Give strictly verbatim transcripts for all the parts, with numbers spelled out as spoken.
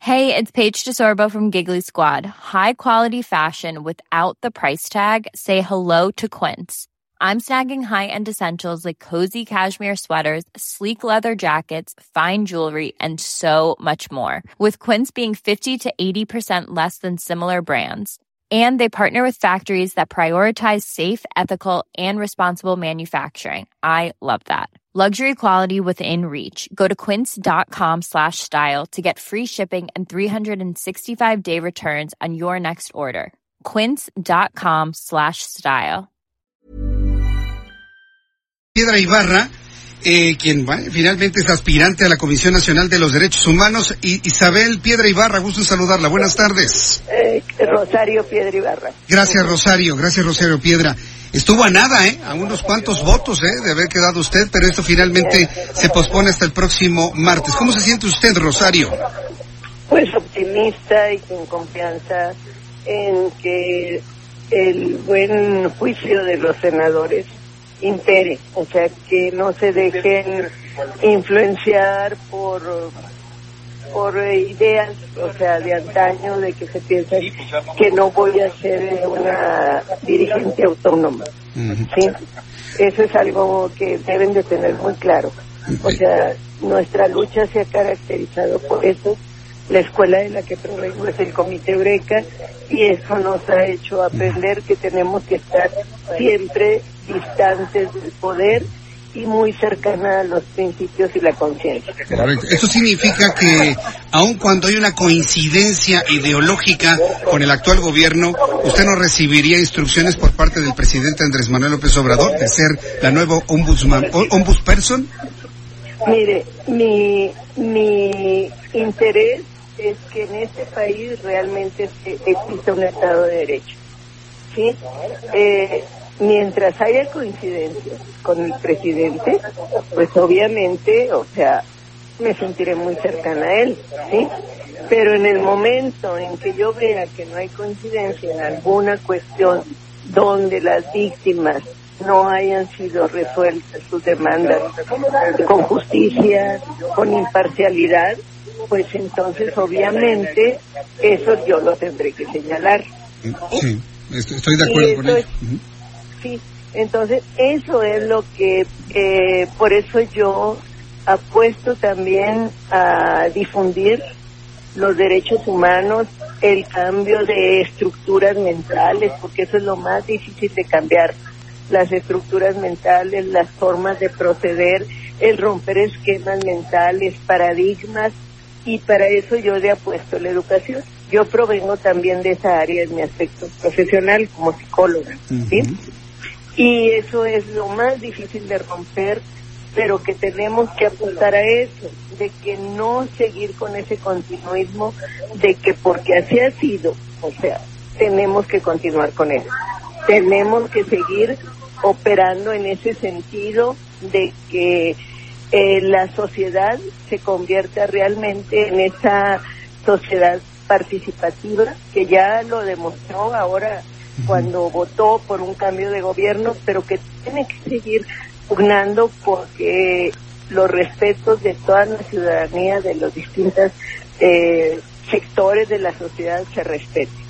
Hey, it's Paige DeSorbo from Giggly Squad. High quality fashion without the price tag. Say hello to Quince. I'm snagging high-end essentials like cozy cashmere sweaters, sleek leather jackets, fine jewelry, and so much more. With Quince being fifty to eighty percent less than similar brands. And they partner with factories that prioritize safe, ethical, and responsible manufacturing. I love that. Luxury quality within reach. Go to quince.com slash style to get free shipping and three sixty-five day returns on your next order. Quince.com slash style. Piedra Ibarra, eh, quien bueno, finalmente es aspirante a la Comisión Nacional de los Derechos Humanos. Y Isabel Piedra Ibarra, gusto en saludarla. Buenas tardes. Eh, Rosario Piedra Ibarra. Gracias, Rosario. Gracias, Rosario Piedra. Estuvo a nada, ¿eh? A unos cuantos votos, ¿eh? De haber quedado usted, pero esto finalmente se pospone hasta el próximo martes. ¿Cómo se siente usted, Rosario? Pues optimista y con confianza en que el buen juicio de los senadores impere, o sea, que no se dejen influenciar por por ideas, o sea, de antaño, de que se piensa que no voy a ser una dirigente autónoma, uh-huh. ¿Sí? Eso es algo que deben de tener muy claro. O sea, nuestra lucha se ha caracterizado por eso. La escuela de la que provengo es el Comité Eureka, y eso nos ha hecho aprender que tenemos que estar siempre distantes del poder y muy cercana a los principios y la conciencia. Correcto. Esto significa que, aun cuando hay una coincidencia ideológica con el actual gobierno, ¿usted no recibiría instrucciones por parte del presidente Andrés Manuel López Obrador de ser la nueva ombudsman, ombudsperson? Mire, mi, mi interés es que en este país realmente exista un Estado de Derecho, ¿sí? Eh, mientras haya coincidencia con el presidente, pues obviamente, o sea, me sentiré muy cercana a él, ¿sí? Pero en el momento en que yo vea que no hay coincidencia en alguna cuestión donde las víctimas no hayan sido resueltas sus demandas con justicia, con imparcialidad, pues entonces obviamente eso yo lo tendré que señalar. Sí, estoy de acuerdo con ello. Es, uh-huh. Sí, entonces eso es lo que, eh, por eso yo apuesto también a difundir los derechos humanos, el cambio de estructuras mentales, porque eso es lo más difícil de cambiar, las estructuras mentales, las formas de proceder, el romper esquemas mentales, paradigmas, y para eso yo le apuesto la educación. Yo provengo también de esa área en mi aspecto profesional como psicóloga, ¿sí? Uh-huh. Y eso es lo más difícil de romper, pero que tenemos que apuntar a eso, de que no seguir con ese continuismo, de que porque así ha sido, o sea, tenemos que continuar con eso. Tenemos que seguir operando en ese sentido de que eh, la sociedad se convierta realmente en esa sociedad participativa que ya lo demostró ahora cuando votó por un cambio de gobierno, pero que tiene que seguir pugnando porque los respetos de toda la ciudadanía, de los distintos eh, sectores de la sociedad se respeten.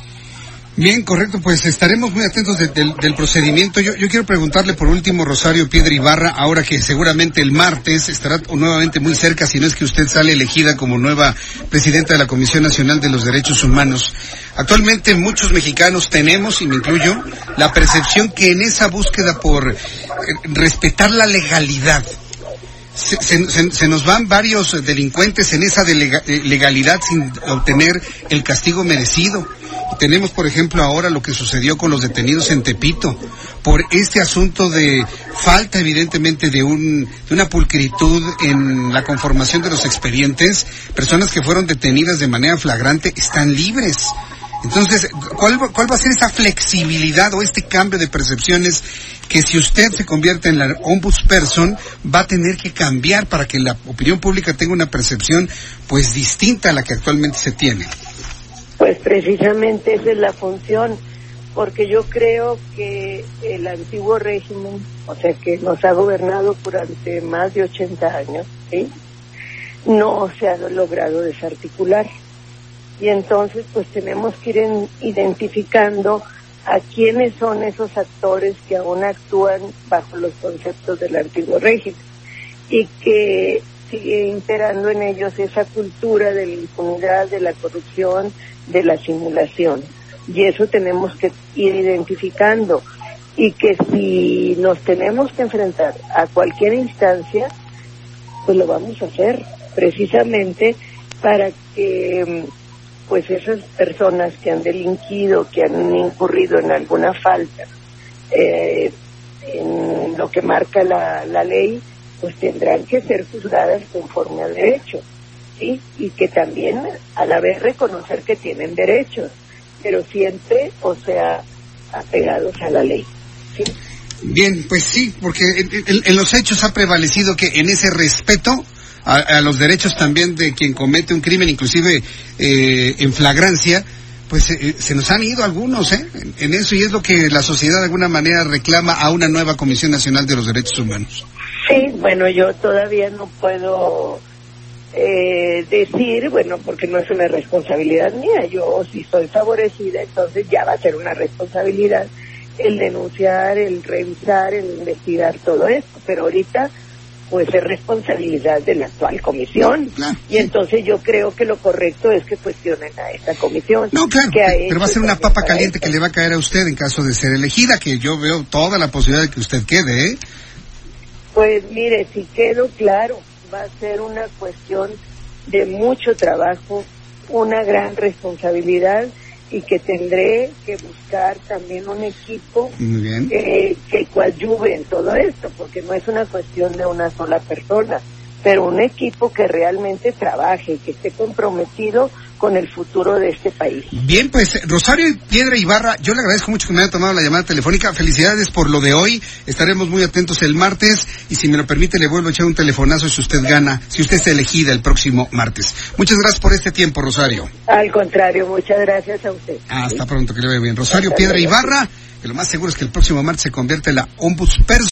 Bien, correcto, pues estaremos muy atentos de, de, del procedimiento. Yo, yo quiero preguntarle por último, Rosario Piedra Ibarra, ahora que seguramente el martes estará nuevamente muy cerca, si no es que usted sale elegida como nueva presidenta de la Comisión Nacional de los Derechos Humanos. Actualmente muchos mexicanos tenemos, y me incluyo, la percepción que en esa búsqueda por eh, respetar la legalidad, Se, se, se nos van varios delincuentes en esa delega, legalidad sin obtener el castigo merecido. Y tenemos, por ejemplo, ahora lo que sucedió con los detenidos en Tepito, por este asunto de falta, evidentemente, de, un, de una pulcritud en la conformación de los expedientes. Personas que fueron detenidas de manera flagrante están libres. Entonces, ¿cuál, ¿cuál va a ser esa flexibilidad o este cambio de percepciones que si usted se convierte en la ombudsperson va a tener que cambiar para que la opinión pública tenga una percepción pues distinta a la que actualmente se tiene? Pues precisamente esa es la función, porque yo creo que el antiguo régimen, o sea que nos ha gobernado durante más de ochenta años, ¿sí? no se ha logrado desarticular. Y entonces pues tenemos que ir en, identificando a quiénes son esos actores que aún actúan bajo los conceptos del antiguo régimen y que sigue imperando en ellos esa cultura de la impunidad, de la corrupción, de la simulación. Y eso tenemos que ir identificando, y que si nos tenemos que enfrentar a cualquier instancia, pues lo vamos a hacer precisamente para que pues esas personas que han delinquido, que han incurrido en alguna falta, eh, en lo que marca la, la ley, pues tendrán que ser juzgadas conforme al derecho, ¿sí? Y que también a la vez reconocer que tienen derechos, pero siempre, o sea, apegados a la ley, ¿sí? Bien, pues sí, porque en, en, en los hechos ha prevalecido que en ese respeto a, a los derechos también de quien comete un crimen, inclusive eh, en flagrancia, pues eh, se nos han ido algunos, ¿eh? En, en eso, y es lo que la sociedad de alguna manera reclama a una nueva Comisión Nacional de los Derechos Humanos. Sí, bueno, yo todavía no puedo eh, decir, bueno, porque no es una responsabilidad mía, yo si soy favorecida, entonces ya va a ser una responsabilidad el denunciar, el revisar, el investigar todo esto, pero ahorita pues es responsabilidad de la actual comisión, claro, y entonces yo creo que lo correcto es que cuestionen a esta comisión. No, claro, que pero va a ser una papa caliente que le va a caer a usted en caso de ser elegida, que yo veo toda la posibilidad de que usted quede, ¿eh? Pues mire, si quedo claro, va a ser una cuestión de mucho trabajo, una gran responsabilidad, y que tendré que buscar también un equipo Muy bien. Eh, que coadyuve en todo esto, porque no es una cuestión de una sola persona, pero un equipo que realmente trabaje, que esté comprometido con el futuro de este país. Bien, pues Rosario Piedra Ibarra, yo le agradezco mucho que me haya tomado la llamada telefónica. Felicidades por lo de hoy. Estaremos muy atentos el martes, y si me lo permite le vuelvo a echar un telefonazo si usted gana, si usted es elegida el próximo martes. Muchas gracias por este tiempo, Rosario. Al contrario, muchas gracias a usted. Hasta pronto, que le vaya bien. Rosario Piedra Ibarra, que lo más seguro es que el próximo martes se convierta en la ombudsperson